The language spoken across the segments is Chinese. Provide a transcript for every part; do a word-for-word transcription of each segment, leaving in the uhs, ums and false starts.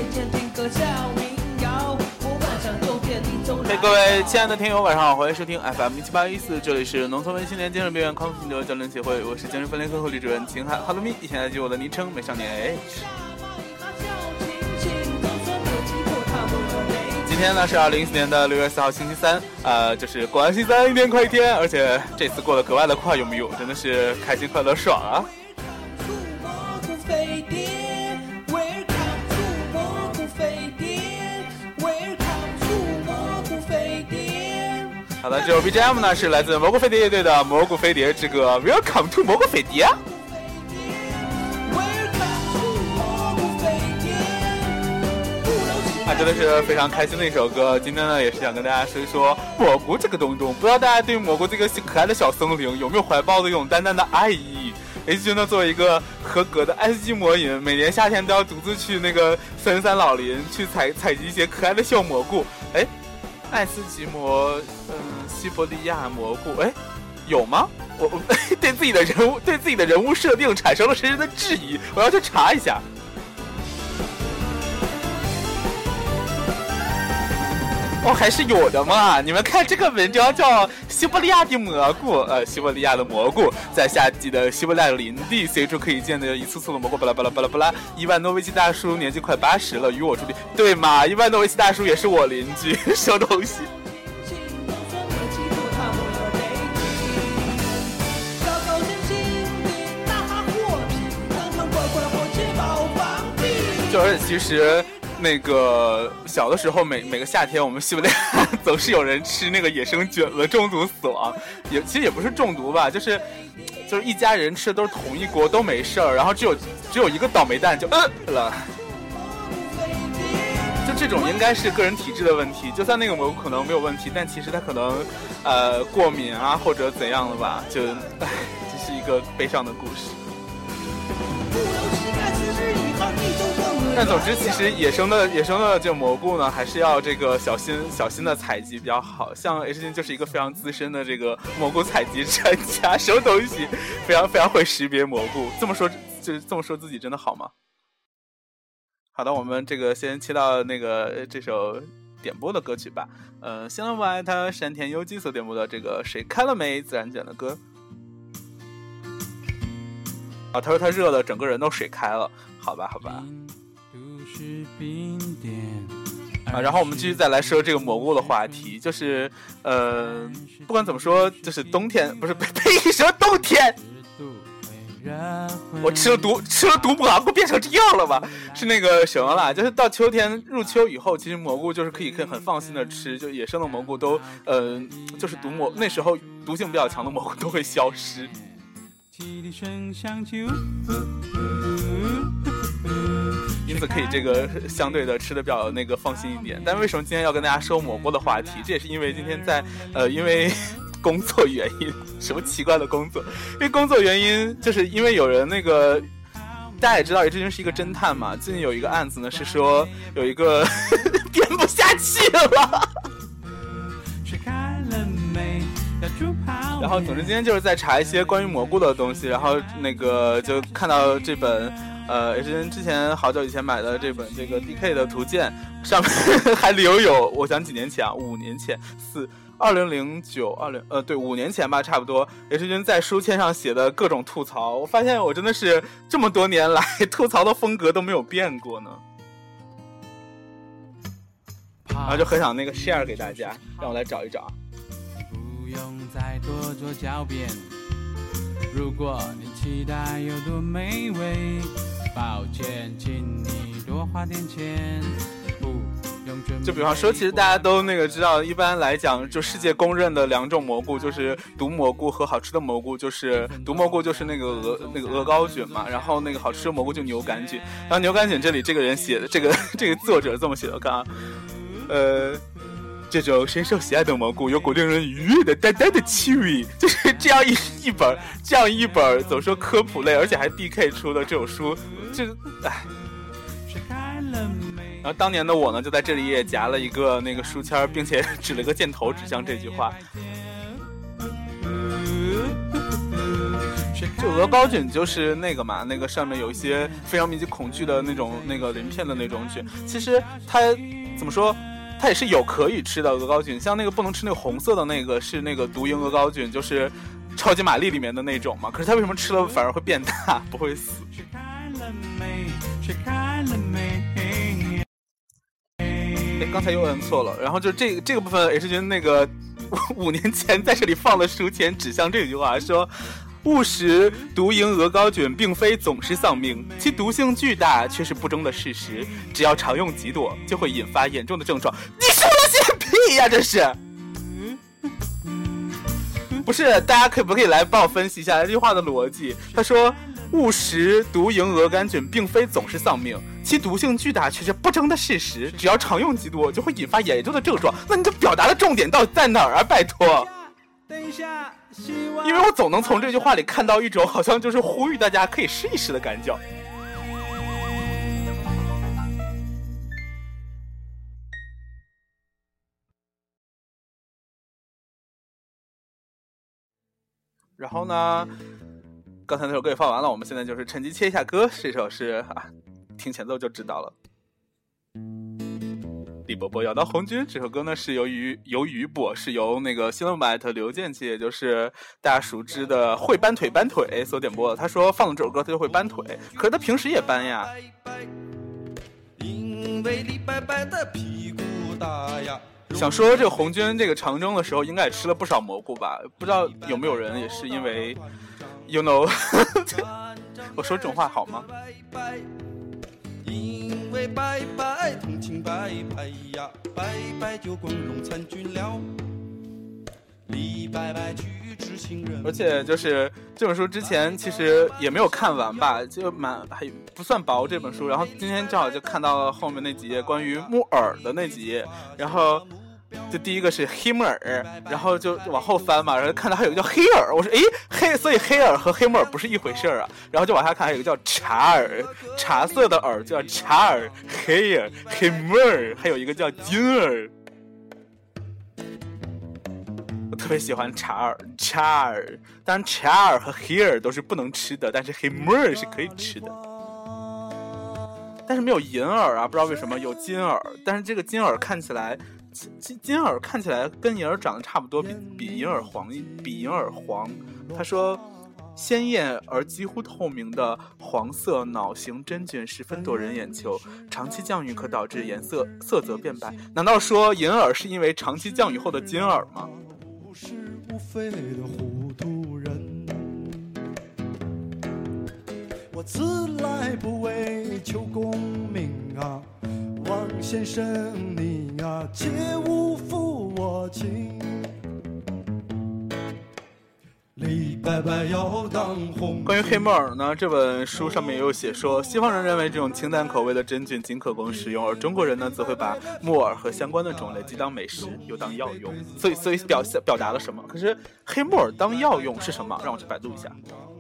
嘿，各位亲爱的听友，晚上好，欢迎收听 F M 一七八一四，这里是农村文青年精神病院康复心得交流协会，我是精神分裂课后理主任秦汉哈喽咪，现在记我的昵称美少年 H。今天呢是二零一四年的六月四号星期三，呃，就是过完星期三一天快一天，而且这次过得格外的快，有没有？真的是开心快乐爽啊！好的，这首 B G M 呢是来自蘑菇飞碟乐队的《蘑菇飞碟之歌》 Welcome to 蘑菇飞碟。啊，真的是非常开心的一首歌。今天呢，也是想跟大家说一说蘑菇这个东东。不知道大家对蘑菇这个可爱的小生灵有没有怀抱的这种淡淡的爱意？H 君呢，作为一个合格的 S G 魔引，每年夏天都要独自去那个三山老林去采采集一些可爱的小蘑菇。哎，爱斯基摩，嗯，西伯利亚蘑菇，哎，有吗？我我对自己的人物对自己的人物设定产生了深深的质疑，我要去查一下。哦，还是有的嘛！你们看这个文章叫《西伯利亚的蘑菇》，呃，西伯利亚的蘑菇在夏季的西伯利亚林地随处可以见的一簇簇的蘑菇，巴拉巴拉巴拉巴拉。伊万诺维奇大叔年纪快八十了，与我注定，对嘛？伊万诺维奇大叔也是我邻居，收东西。就是其实。那个小的时候每每个夏天我们西伯利亚总是有人吃那个野生菌子中毒死亡，也其实也不是中毒吧，就是就是一家人吃的都是同一锅都没事儿，然后只有只有一个倒霉蛋就呃了，就这种应该是个人体质的问题，就算那个蘑菇可能没有问题，但其实它可能呃过敏啊或者怎样的吧，就唉，这是一个悲伤的故事。但总之，其实野生的野生的这蘑菇呢，还是要这个小心小心的采集比较好。像 H 君就是一个非常资深的这个蘑菇采集专家，什么东西非常非常会识别蘑菇。这么说，就是这么说自己真的好吗？好的，我们这个先切到那个这首点播的歌曲吧。呃，新浪不爱他山田优纪所点播的这个谁开了没自然卷的歌。啊，他说他热的整个人都水开了，好吧好吧。啊，然后我们继续再来说这个蘑菇的话题，就是呃，不管怎么说，就是冬天不是呸什么冬天，我吃了毒吃了毒蘑菇变成这样了吧？是那个什么啦？就是到秋天入秋以后，其实蘑菇就是可以可以很放心的吃，就野生的蘑菇都呃，就是毒蘑那时候毒性比较强的蘑菇都会消失。因此可以这个相对的吃的比较那个放心一点。但为什么今天要跟大家说蘑菇的话题？这也是因为今天在呃因为工作原因，什么奇怪的工作？因为工作原因，就是因为有人那个大家也知道，这就是一个侦探嘛。最近有一个案子呢，是说有一个编不下去了。然后总之今天就是在查一些关于蘑菇的东西，然后那个就看到这本呃也是之前好久以前买的这本这个 D K 的图鉴，上面还留有我想几年前啊五年前四二零零九二零呃对五年前吧差不多，也是君在书签上写的各种吐槽。我发现我真的是这么多年来吐槽的风格都没有变过呢，然后就很想那个 share 给大家，让我来找一找。 不用再多做狡辩，如果你期待有多美味，抱歉请你多花点钱。 就比方说，其实大家都那个知道，一般来讲就世界公认的两种蘑菇，就是毒蘑菇和好吃的蘑菇。就是毒蘑菇就是那个鹅那个鹅膏菌嘛，然后那个好吃的蘑菇就牛肝菌。然后牛肝菌这里这个人写的，这个这个作者这么写的，看啊，呃这种深受喜爱的蘑菇有股令人愉悦的淡淡的气味，就是这样一一本这样一本怎么说科普类，而且还 D K 出的这种书，就哎。然后当年的我呢，就在这里也夹了一个那个书签，并且指了个箭头指向这句话。就鹅膏菌就是那个嘛，那个上面有一些非常密集恐惧的那种那个鳞片的那种菌。其实它怎么说，它也是有可以吃的鹅膏菌，像那个不能吃那个红色的那个是那个毒蝇鹅膏菌，就是超级玛丽里面的那种嘛。可是它为什么吃了反而会变大，不会死？哎，刚才又摁错了。然后就这个这个部分 H 君那个五年前在这里放了书签指向这句话，说误食毒蝇鹅膏菌并非总是丧命，其毒性巨大却是不争的事实，只要常用几朵就会引发严重的症状。你说了些屁呀，这是不是？大家可不可以来帮我分析一下这句话的逻辑？他说误食毒蝇鹅肝菌并非总是丧命，其毒性巨大却是不争的事实，只要常用几朵就会引发严重的症状。那你这表达的重点到底在哪儿啊？拜托，等一下，因为我总能从这句话里看到一种好像就是呼吁大家可以试一试的感觉。然后呢，刚才那首歌也放完了，我们现在就是趁机切一下歌。这首是啊，听前奏就知道了。李伯伯要当红军，这首歌呢是由于由于不是由那个新浪版的刘建奇，也就是大家熟知的会搬腿搬腿所点播的。他说放了这首歌他就会搬腿，可是他平时也搬呀。因为李白白的屁股大呀。想说这个红军这个长征的时候应该也吃了不少蘑菇吧，不知道有没有人也是因为 you know 我说这种话好吗？因为白白同情白白呀，白白就光荣参军了，李白白去知情人。而且就是这本书之前其实也没有看完吧，就蛮还不算薄这本书，然后今天正好就看到了后面那几页关于木耳的那几页，然后就第一个是黑木耳，然后就往后翻嘛，然后看到还有个叫黑耳，我说诶黑，所以黑耳和黑木耳不是一回事啊。然后就往下看，还有一个叫茶耳，茶色的耳叫茶耳，黑耳黑木耳，还有一个叫金耳。我特别喜欢茶耳茶耳，当然茶耳和黑耳都是不能吃的，但是黑木耳是可以吃的。但是没有银耳啊，不知道为什么有金耳，但是这个金耳看起来金金耳看起来跟银耳长得差不多，比比银耳黄比银耳黄。他说鲜艳而几乎透明的黄色脑形真菌十分夺人眼球，长期降雨可导致颜色色泽变白。难道说银耳是因为长期降雨后的金耳吗？不是无非的糊涂人，我自来不为求功名啊，王先生你啊切勿负我情，李白白要当红。关于黑木耳呢，这本书上面也有写说，西方人认为这种清淡口味的真菌仅可供食用，而中国人呢则会把木耳和相关的种类既当美食又当药用，所以所以表表达了什么？可是黑木耳当药用是什么？让我去百度一下。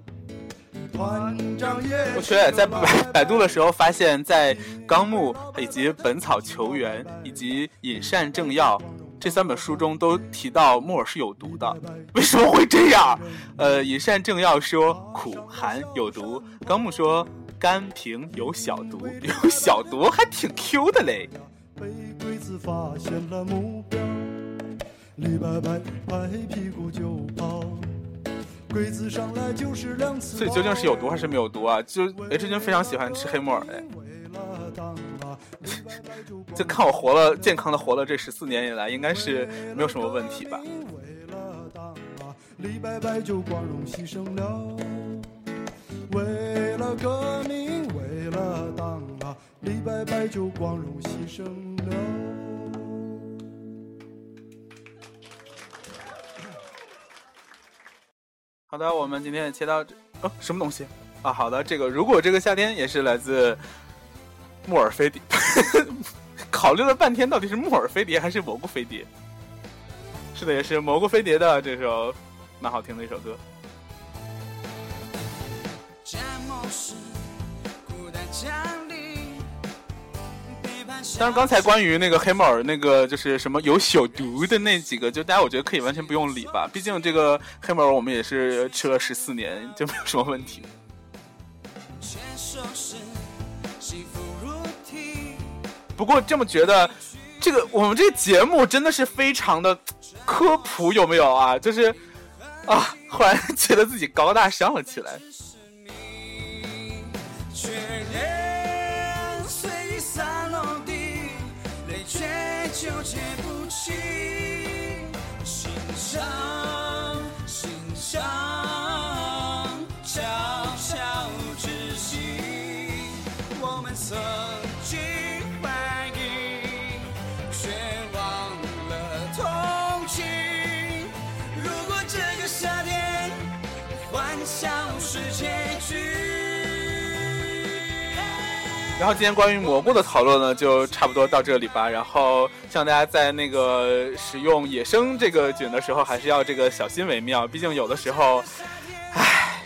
我去在百度的时候发现，在《纲目》以及《本草求源》以及《饮膳正要》这三本书中都提到木耳是有毒的。为什么会这样？呃，《饮膳正要》说苦寒有毒，《纲目》说甘平有小毒，有小毒还挺 Q 的嘞。被鬼子发现了目标，李白白拍屁股就跑。鬼子上来就是两次，所以究竟是有毒还是没有毒啊？就 H 君非常喜欢吃黑木耳哎，就看我活了健康的活了这十四年以来，应该是没有什么问题吧。李白白就光荣牺牲了，为了革命为了党啊，李白白就光荣牺牲了。好的，我们今天也切到哦，什么东西啊？好的，这个如果这个夏天也是来自木耳飞碟，考虑了半天，到底是木耳飞碟还是蘑菇飞碟？是的，也是蘑菇飞碟的这首蛮好听的一首歌。战谋时孤单降临，背叛当然刚才关于那个黑木耳那个就是什么有朽毒的那几个，就大家我觉得可以完全不用理吧，毕竟这个黑木耳我们也是吃了十四年，就没有什么问题。不过这么觉得这个我们这个节目真的是非常的科普，有没有啊？就是啊，忽然觉得自己高大上了起来。纠结不清，心上心上悄悄窒息，我们曾经怀疑，却忘了同情。如果这个夏天欢笑是结局。然后今天关于蘑菇的讨论呢，就差不多到这里吧。然后希望大家在那个使用野生这个菌的时候，还是要这个小心为妙。毕竟有的时候，唉，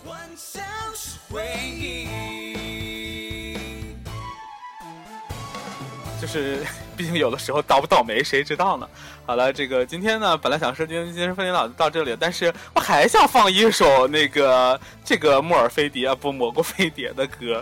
就是毕竟有的时候倒不倒霉谁知道呢。好了，这个今天呢，本来想说今天今天分领导到这里，但是我还想放一首那个这个莫尔飞碟啊，不蘑菇飞碟的歌。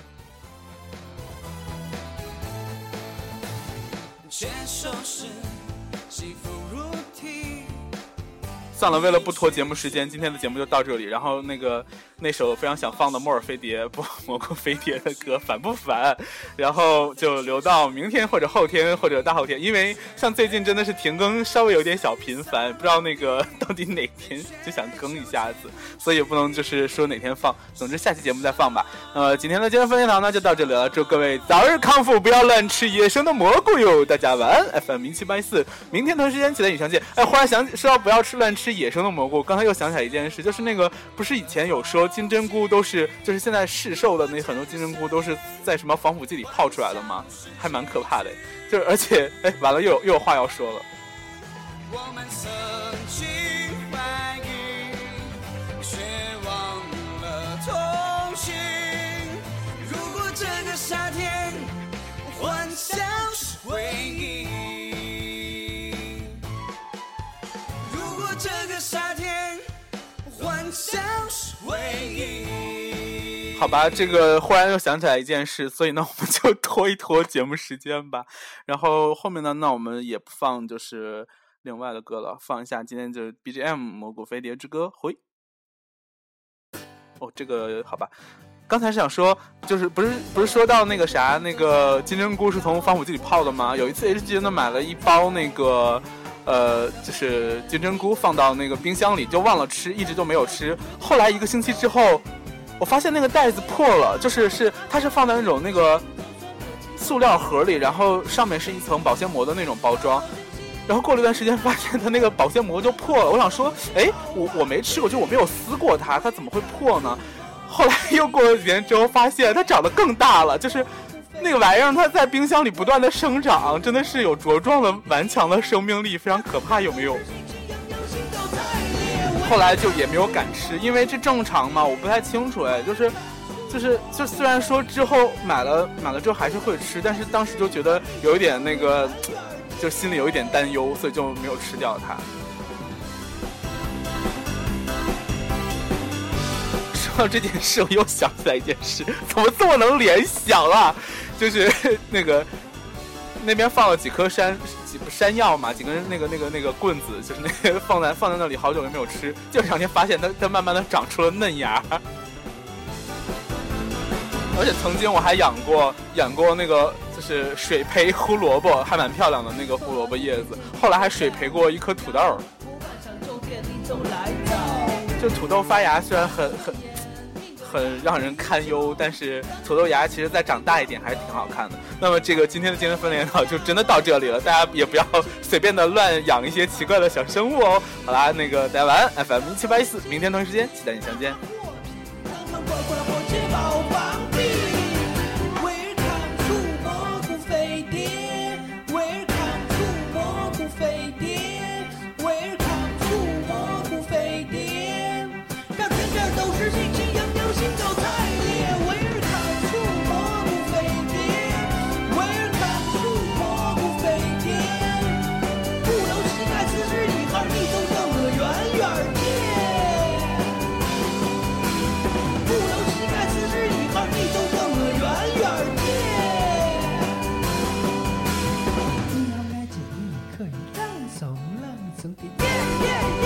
算了，为了不拖节目时间，今天的节目就到这里。然后那个那首非常想放的莫尔飞碟不蘑菇飞碟的歌烦不烦？然后就留到明天或者后天或者大后天，因为像最近真的是停更稍微有点小频繁，不知道那个到底哪天就想更一下子，所以也不能就是说哪天放。总之下期节目再放吧。呃，今天的今日分享堂呢就到这里了，祝各位早日康复，不要乱吃野生的蘑菇哟！大家晚安 ，F M 一七八四，明天同时间期待与相见。哎，忽然想说到不要吃乱吃。吃野生的蘑菇，刚才又想起来一件事，就是那个不是以前有说金针菇都是，就是现在市售的那很多金针菇都是在什么防腐剂里泡出来的吗？还蛮可怕的，就是而且哎，完了又有又有话要说了。我们曾经怀疑，却忘了同情。如果这个夏天欢笑是回忆。这个夏天欢笑是回忆。好吧，这个忽然又想起来一件事，所以呢我们就拖一拖节目时间吧。然后后面呢，那我们也不放就是另外的歌了，放一下今天就 B G M 蘑菇飞碟之歌回。哦，这个好吧。刚才是想说，就是不是不是说到那个啥，那个金针菇是从防腐剂里泡的吗？有一次 H G 呢买了一包那个。呃，就是金针菇放到那个冰箱里就忘了吃，一直都没有吃。后来一个星期之后，我发现那个袋子破了，就是是它是放在那种那个塑料盒里，然后上面是一层保鲜膜的那种包装。然后过了一段时间，发现它那个保鲜膜就破了。我想说，哎，我我没吃过，就我没有撕过它，它怎么会破呢？后来又过了几年之后，发现它长得更大了，就是。那个玩意儿它在冰箱里不断的生长，真的是有茁壮的顽强的生命力，非常可怕，有没有？后来就也没有敢吃，因为这正常嘛，我不太清楚哎，就是就是就虽然说之后买了买了之后还是会吃，但是当时就觉得有一点那个，就心里有一点担忧，所以就没有吃掉它。说到这件事，我又想起来一件事，怎么这么能联想啊？就是那个那边放了几颗山几山药嘛，几根那个那个那个棍子，就是那个放在放在那里好久都没有吃，就这两天发现它它慢慢的长出了嫩芽。而且曾经我还养过养过那个就是水培胡萝卜，还蛮漂亮的那个胡萝卜叶子，后来还水培过一颗土豆。就土豆发芽虽然很很很让人堪忧，但是土豆芽其实再长大一点还是挺好看的。那么这个今天的精神分裂呢就真的到这里了，大家也不要随便的乱养一些奇怪的小生物哦。好啦，那个大家晚安 F M 一七八一四，明天同一时间期待你相见。 收听。